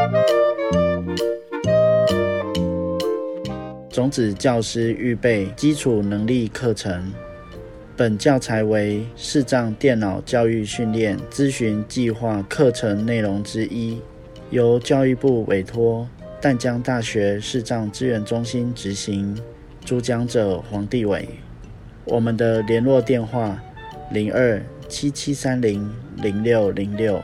种子教师预备基础能力课程，本教材为视障电脑教育训练咨询计划课程内容之一，由教育部委托淡江大学视障资源中心执行，主讲者黄帝伟。我们的联络电话02-7730-0606。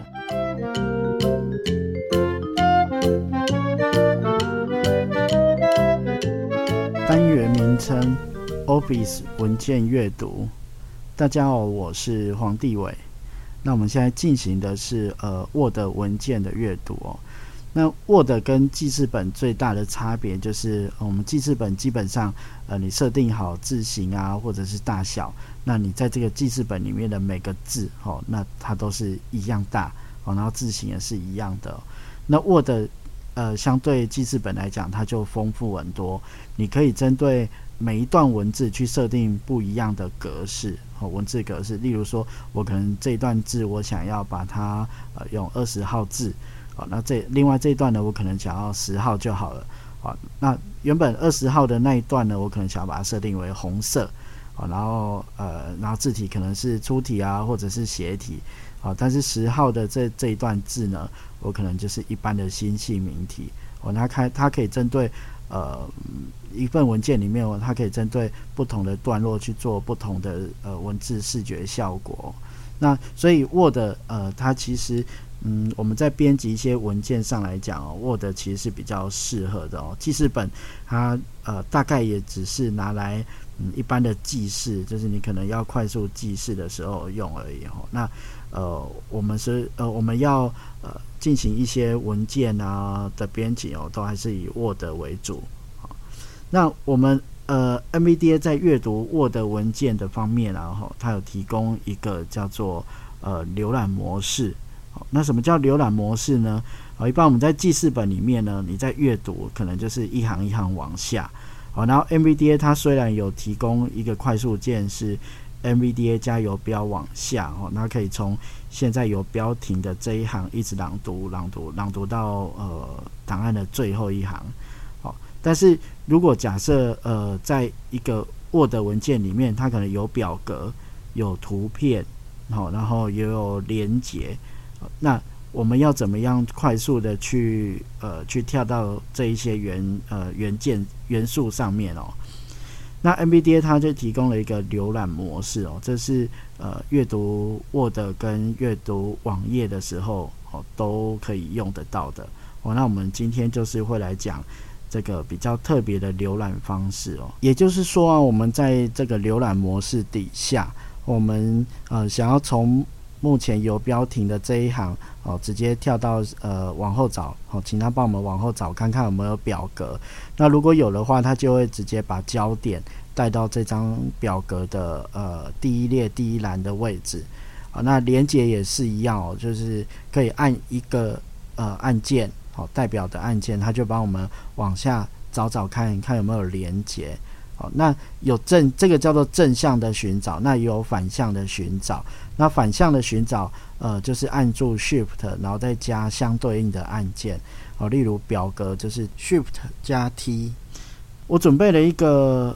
单元名称 Office 文件阅读。大家好，我是黄帝伟。那我们现在进行的是Word 文件的阅读哦。那 Word 跟记事本最大的差别就是，我们记事本基本上你设定好字型啊或者是大小，那你在这个记事本里面的每个字那它都是一样大然后字型也是一样的。那 Word相对记事本来讲，它就丰富很多，你可以针对每一段文字去设定不一样的格式文字格式。例如说我可能这一段字我想要把它用20号字那另外这一段呢，我可能想要10号就好了那原本20号的那一段呢，我可能想要把它设定为红色然后字体可能是粗体啊或者是斜体但是10号的这一段字呢，我可能就是一般的新细明体它可以针对一份文件里面它可以针对不同的段落去做不同的文字视觉效果。那所以 Word 它其实我们在编辑一些文件上来讲Word 其实是比较适合的记事本它大概也只是拿来一般的记事，就是你可能要快速记事的时候用而已那我们要进行一些文件的编辑都还是以 Word 为主。那我们NVDA 在阅读 Word 文件的方面它有提供一个叫做浏览模式。那什么叫浏览模式呢？一般我们在记事本里面呢，你在阅读可能就是一行一行往下然后 NVDA 它虽然有提供一个快速键是 NVDA 加游标往下那可以从现在有标停的这一行一直朗读到档案的最后一行但是如果假设在一个 Word 文件里面，它可能有表格有图片然后也有连结那我们要怎么样快速的去跳到这一些元素上面那 NVDA 它就提供了一个浏览模式这是阅读 Word 跟阅读网页的时候都可以用得到的那我们今天就是会来讲这个比较特别的浏览方式也就是说我们在这个浏览模式底下，我们想要从目前有标停的这一行直接跳到往后找请他帮我们往后找看看有没有表格。那如果有的话，他就会直接把焦点带到这张表格的第一列第一栏的位置那连结也是一样就是可以按一个按键代表的按键，它就帮我们往下找找看有没有连结那有这个叫做正向的寻找，那也有反向的寻找。那反向的寻找就是按住 Shift 然后再加相对应的按键例如表格就是 Shift 加 T。 我准备了一个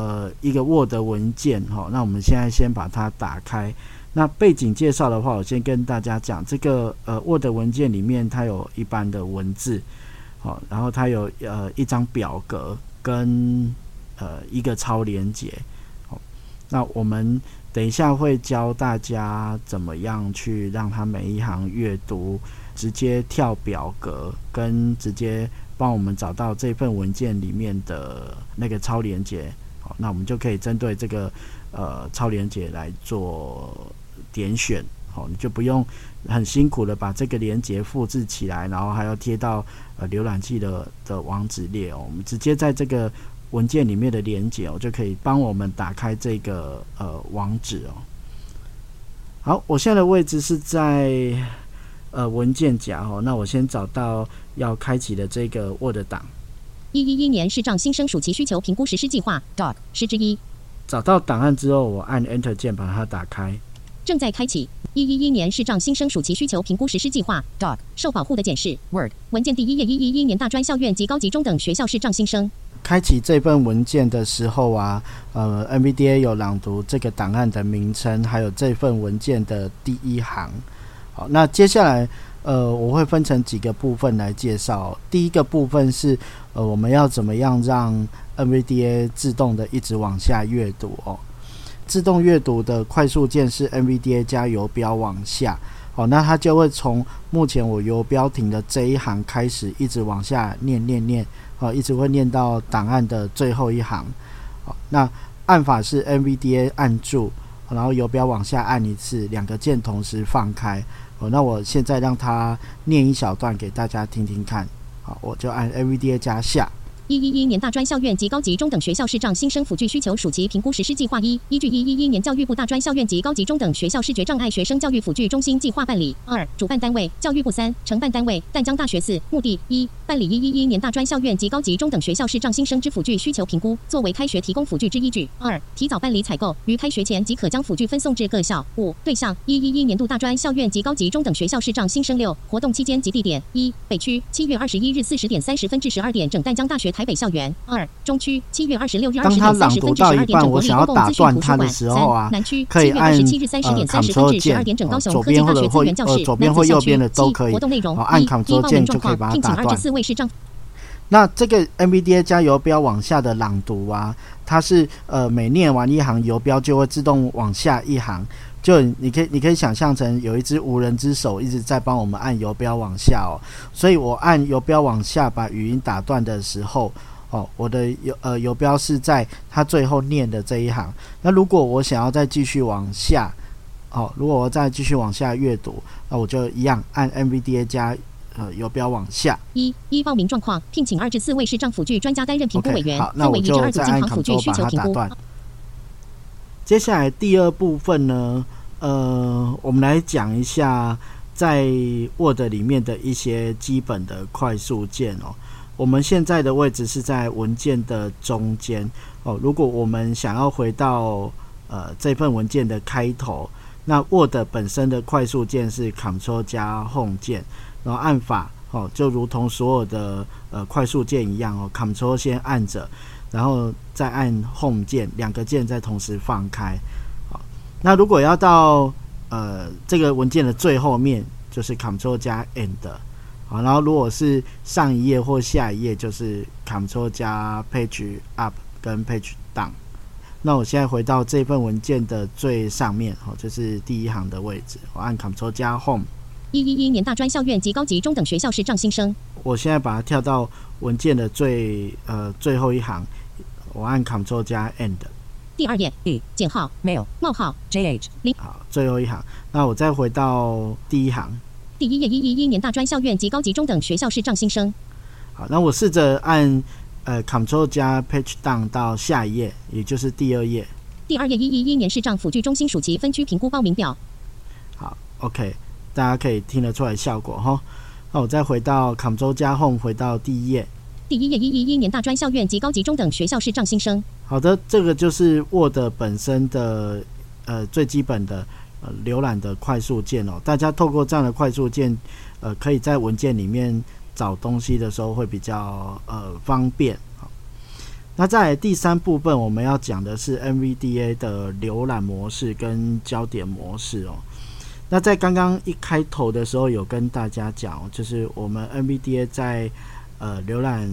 Word 文件那我们现在先把它打开。那背景介绍的话，我先跟大家讲这个Word 文件里面它有一般的文字然后它有一张表格跟一个超连结那我们等一下会教大家怎么样去让它每一行阅读，直接跳表格跟直接帮我们找到这份文件里面的那个超连结那我们就可以针对这个超连结来做点选你就不用很辛苦的把这个连结复制起来，然后还要贴到浏览器的网址列我们直接在这个文件里面的连结就可以帮我们打开这个网址好，我现在的位置是在文件夹那我先找到要开启的这个 Word 档。 111年视障新生暑期需求评估实施计划 DOC 10之1。 找到档案之后，我按 Enter 键把它打开。 正在开启。111年视障新生暑期需求评估实施计划 Doc 受保护的检视 Word 文件第1页111年大专校院及高级中等学校视障新生。 开启这份文件的时候啊，NVDA 有朗读这个档案的名称，还有这份文件的第一行。好，那接下来我会分成几个部分来介绍。第一个部分是我们要怎么样让 NVDA 自动的一直往下阅读哦。自动阅读的快速键是 NVDA 加游标往下，好，那它就会从目前我游标停的这一行开始，一直往下念，一直会念到档案的最后一行。好，那按法是 NVDA 按住，然后游标往下按一次，两个键同时放开。好，那我现在让它念一小段给大家听听看。好，我就按 NVDA 加下。 111年大专校院及高级中等学校视障新生辅具需求暑期评估实施计划1，依据111年教育部大专校院及高级中等学校视觉障碍学生教育辅具中心计划办理。2、主办单位教育部。3、承办单位淡江大学。4、目的1、办理111年大专校院及高级中等学校视障新生之辅具需求评估，作为开学提供辅具之依据。2、提早办理采购，于开学前即可将辅具分送至各校。5、对象111年度大专校院及高级中等学校视障新生。6、活动期间及地点1、北区7月21日40点30分至12点整淡江大学台北校园。2、中区7月26日20点30分至12点整国立公共资讯图书馆。3、南区7月27日30点30分至12点整高雄科技大学资源教室。 左边或右边的都可以。 活动内容按 Ctrl 键就可以把它打断。那这个 NVDA 加游标往下的朗读啊，它是每念完一行游标就会自动往下一行，就你可以想象成有一只无人之手一直在帮我们按游标往下哦。所以我按游标往下把语音打断的时候，我的游标是在它最后念的这一行。那如果我想要再继续往下，如果我再继续往下阅读，那我就一样按 NVDA 加游标往下。1 报名状况，聘请2至4位视障辅具专家担任评估委员， 好，那我就再按 Ctrl 把它打断。接下来第二部分呢，我们来讲一下在 Word 里面的一些基本的快速键哦。我们现在的位置是在文件的中间哦。如果我们想要回到这份文件的开头，那 Word 本身的快速键是 Ctrl 加 Home 键，然后按法就如同所有的快速键一样Ctrl 先按着，然后再按 Home 键，两个键再同时放开。好，那如果要到这个文件的最后面，就是 Ctrl 加 End。好，然后如果是上一页或下一页，就是 Ctrl 加 Page Up 跟 Page Down。那我现在回到这份文件的最上面，就是第一行的位置，我按 Ctrl 加 Home。 111年大专校院及高级中等学校视障新生。我现在把它跳到文件的最后一行，我按 Ctrl 加 End。 第2页减号 Mail 冒号 JH 0。 好，最后一行。那我再回到第一行。 第1页111年大专校院及高级中等学校视障新生。 好，那我试着按Ctrl 加 Page Down 到下一页，也就是第2页。 第2页111年视障辅具中心暑期分区评估报名表。 好 ，OK， 大家可以听得出来效果哈。那我再回到 Ctrl 加 Home 回到第1页。 第1页111年大专校院及高级中等学校视障新生。 好的，这个就是 Word 本身的最基本的浏览的快速键哦。大家透过这样的快速键，可以在文件里面找东西的时候会比较方便。那在第3部分，我们要讲的是 NVDA 的浏览模式跟焦点模式哦。那在刚刚一开头的时候有跟大家讲，就是我们 NVDA 在浏览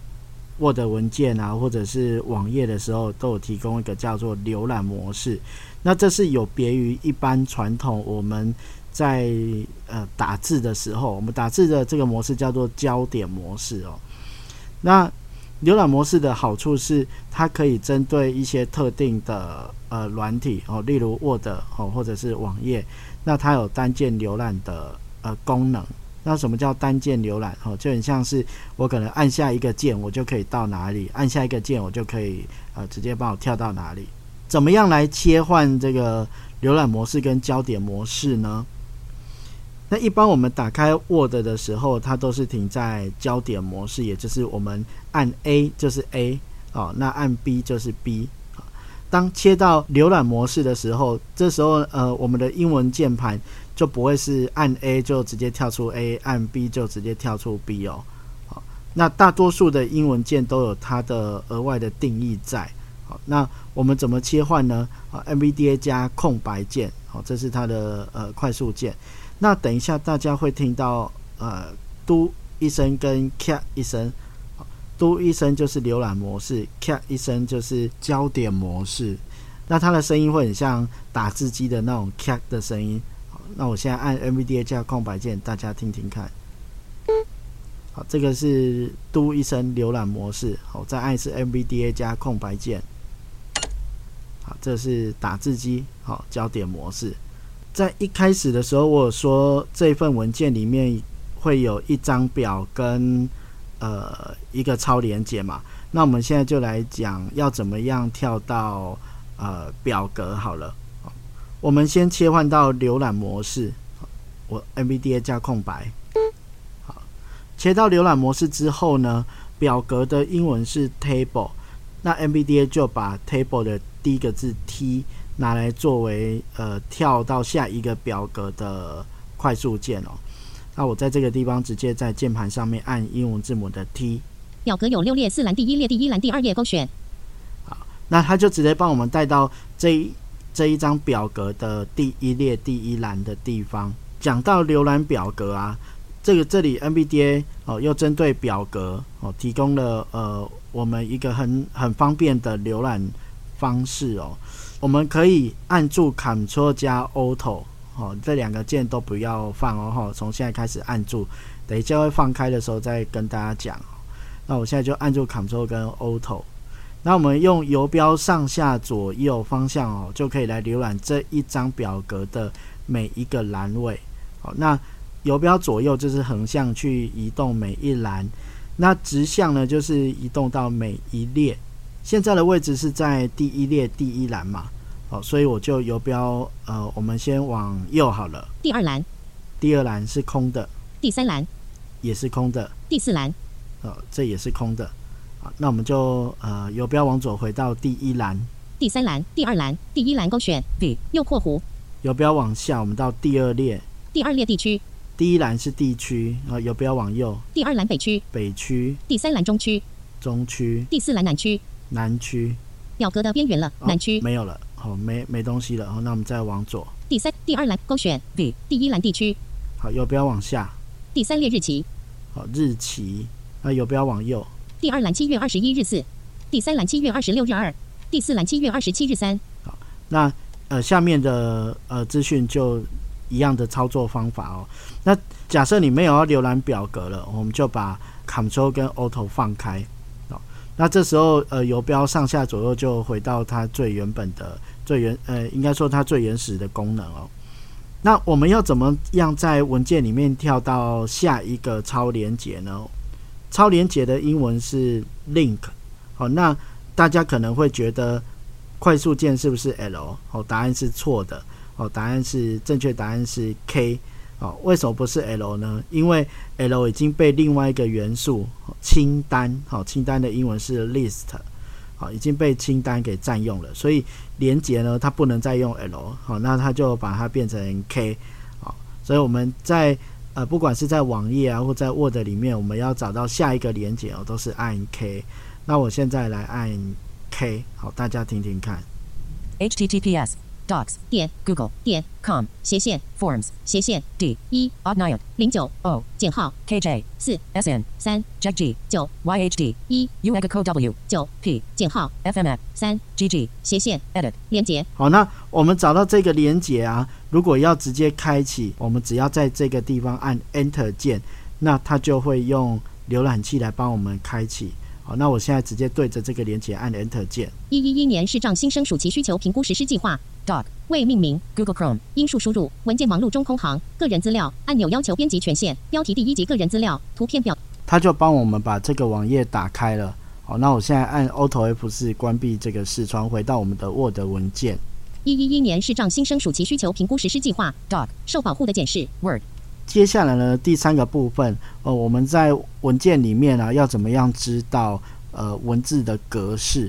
Word 文件啊，或者是网页的时候，都有提供一个叫做浏览模式。那这是有别于一般传统我们在打字的时候，我们打字的这个模式叫做焦点模式哦。那浏览模式的好处是，它可以针对一些特定的软体哦，例如 Word 或者是网页，那它有单键浏览的功能。那什么叫单键浏览？就很像是我可能按下一个键，我就可以到哪里；按下一个键，我就可以直接帮我跳到哪里。怎么样来切换这个浏览模式跟焦点模式呢？那一般我们打开 Word 的时候，它都是停在焦点模式，也就是我们按 A 就是 A，那按 B 就是 B。 当切到浏览模式的时候，这时候我们的英文键盘就不会是按 A 就直接跳出 A， 按 B 就直接跳出 B 哦。好，那大多数的英文键都有它的额外的定义在。好，那我们怎么切换呢？NVDA 加空白键，好，这是它的快速键。那等一下大家会听到嘟一声跟 cat 一声，嘟一声就是浏览模式， cat 一声就是焦点模式。那它的声音会很像打字机的那种 cat 的声音。好，那我现在按 NVDA 加空白键，大家听听看。好，这个是嘟一声浏览模式。好，再按一次 NVDA 加空白键。好，这是打字机，好，焦点模式。在一开始的时候，我有说这份文件里面会有一张表跟一个超连结嘛。那我们现在就来讲要怎么样跳到表格好了。我们先切换到浏览模式，我 NVDA 加空白。好，切到浏览模式之后呢，表格的英文是 table， 那 NVDA 就把 table 的第一个字 T 拿来作为跳到下一个表格的快速键哦。那我在这个地方直接在键盘上面按英文字母的 T。 表格有6列4栏，第1列第1栏第2页勾选。 好，那它就直接帮我们带到这一张表格的第1列第1栏的地方。讲到浏览表格啊，这里 NVDA 又针对表格提供了我们一个很方便的浏览方式哦。我们可以按住 Ctrl 加 Auto， 这两个键都不要放哦，从现在开始按住，等一下会放开的时候再跟大家讲。那我现在就按住 Ctrl 跟 Auto， 那我们用游标上下左右方向就可以来浏览这一张表格的每一个栏位。好，那游标左右就是横向去移动每一栏，那直向呢就是移动到每一列。现在的位置是在第1列第1栏嘛，所以我就游标我们先往右好了。 第2栏， 第2栏是空的。 第3栏也是空的。 第4栏这也是空的。好，那我们就游标往左回到第1栏。 第3栏、第2栏、第1栏勾选 V 右括弧。 游标往下，我们到第2列。 第2列地区。 第1栏是地区，游标往右。 第2栏北区。 北区。 第3栏中区。 中区。 第4栏南区。 南区。 表格的边缘了，南区没有了，好，没东西了。那我们再往左。 第2栏勾选 V 第1栏地区。 好，游标往下。 第3列日期。 好，日期。游标往右。 第2栏7月21日4，第3栏7月26日2，第4栏7月27日3。 好，那下面的资讯就一样的操作方法哦。那假设你没有要浏览表格了，我们就把 Ctrl 跟 Auto 放开。那这时候游标上下左右就回到它最原本的应该说它最原始的功能哦。那我们要怎么样在文件里面跳到下一个超连结呢？超连结的英文是 link。好，那大家可能会觉得快速键是不是 L？ 答案是错的。正确答案是 K。为什么不是 L 呢？因为 L 已经被另外一个元素清单，清单的英文是 list， 已经被清单给占用了，所以连结呢它不能再用 L， 那它就把它变成 K。 所以我们在不管是在网页啊或在 Word 里面，我们要找到下一个连结都是按 K。 那我现在来按 K， 好，大家听听看。 https docs 点 google 点 com 斜线 forms 斜线 d 一 oddniot 09 o 减号 kj 4 sn 3 jegg 9 yhd 1 uegaco w 9 p 减号 fmf 3 gg 斜线 edit 连结。 好，那我们找到这个连结啊，如果要直接开启，我们只要在这个地方按 Enter 键，那它就会用浏览器来帮我们开启。好，那我现在直接对着这个连结按 Enter 键。 111年视障新生暑期需求评估实施计划 doc 未命名 Google Chrome 因数输入文件忙碌中空行个人资料按钮要求编辑权限标题第1级个人资料图片表。 它就帮我们把这个网页打开了。好，那我现在按 Alt F4 关闭这个视窗，回到我们的 Word 文件。 111年视障新生暑期需求评估实施计划 doc 受保护的检视 Word。 接下来呢，第3个部分，我们在文件里面啊，要怎么样知道文字的格式？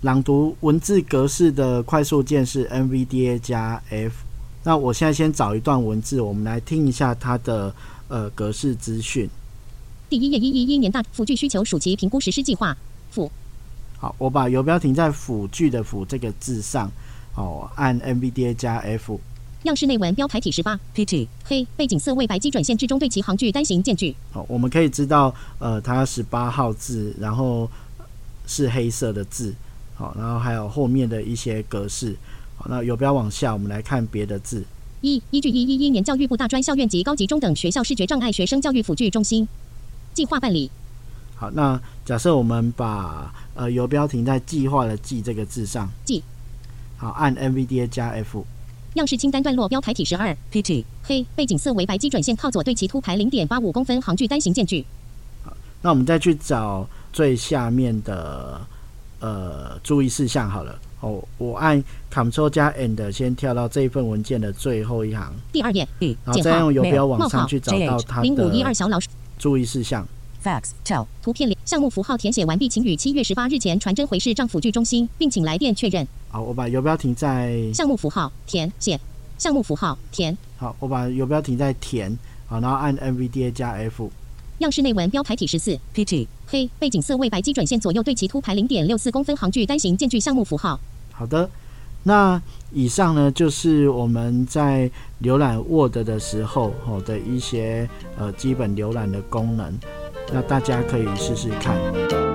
朗读文字格式的快速键是 NVDA 加 F。那我现在先找一段文字，我们来听一下它的格式资讯。 第1页111年大辅具需求暑期评估实施计划辅。 好，我把游标停在辅具的辅这个字上，按 NVDA 加 F。 样式内文标楷体18 PT 黑，背景色为白基准线之中对齐行距单行间距。 好，我们可以知道它18号字，然后是黑色的字，好，然后还有后面的一些格式。好，那游标往下，我们来看别的字。 依据111年教育部大专校院及高级中等学校视觉障碍学生教育辅具中心计划办理。 好，那假设我们把游标停在计划的计这个字上， 计， 好，按 NVDA 加 F。 样式清单段落标楷体12 PT 黑，背景色为白基准线靠左对齐凸排 0.85 公分行距单行间距。 好，那我们再去找最下面的注意事项好了。我按 Ctrl 加 End 先跳到这一份文件的最后一行， 第2页， 然后再用游标往上去找到它的 0512小老鼠注意事项。 Fax Tell 图片项目符号填写完毕，请于7月18日前传真回视障辅具中心，并请来电确认。 好，我把游标停在项目符号填写，项目符号填。 好，我把游标停在填，好，然后按 NVDA 加 F。 样式内文标楷体14 PT 黑，背景色为白基准线左右对齐凸排 0.64 公分行距单行间距项目符号。 好的，那以上呢就是我们在浏览 Word 的时候的一些基本浏览的功能，那大家可以试试看。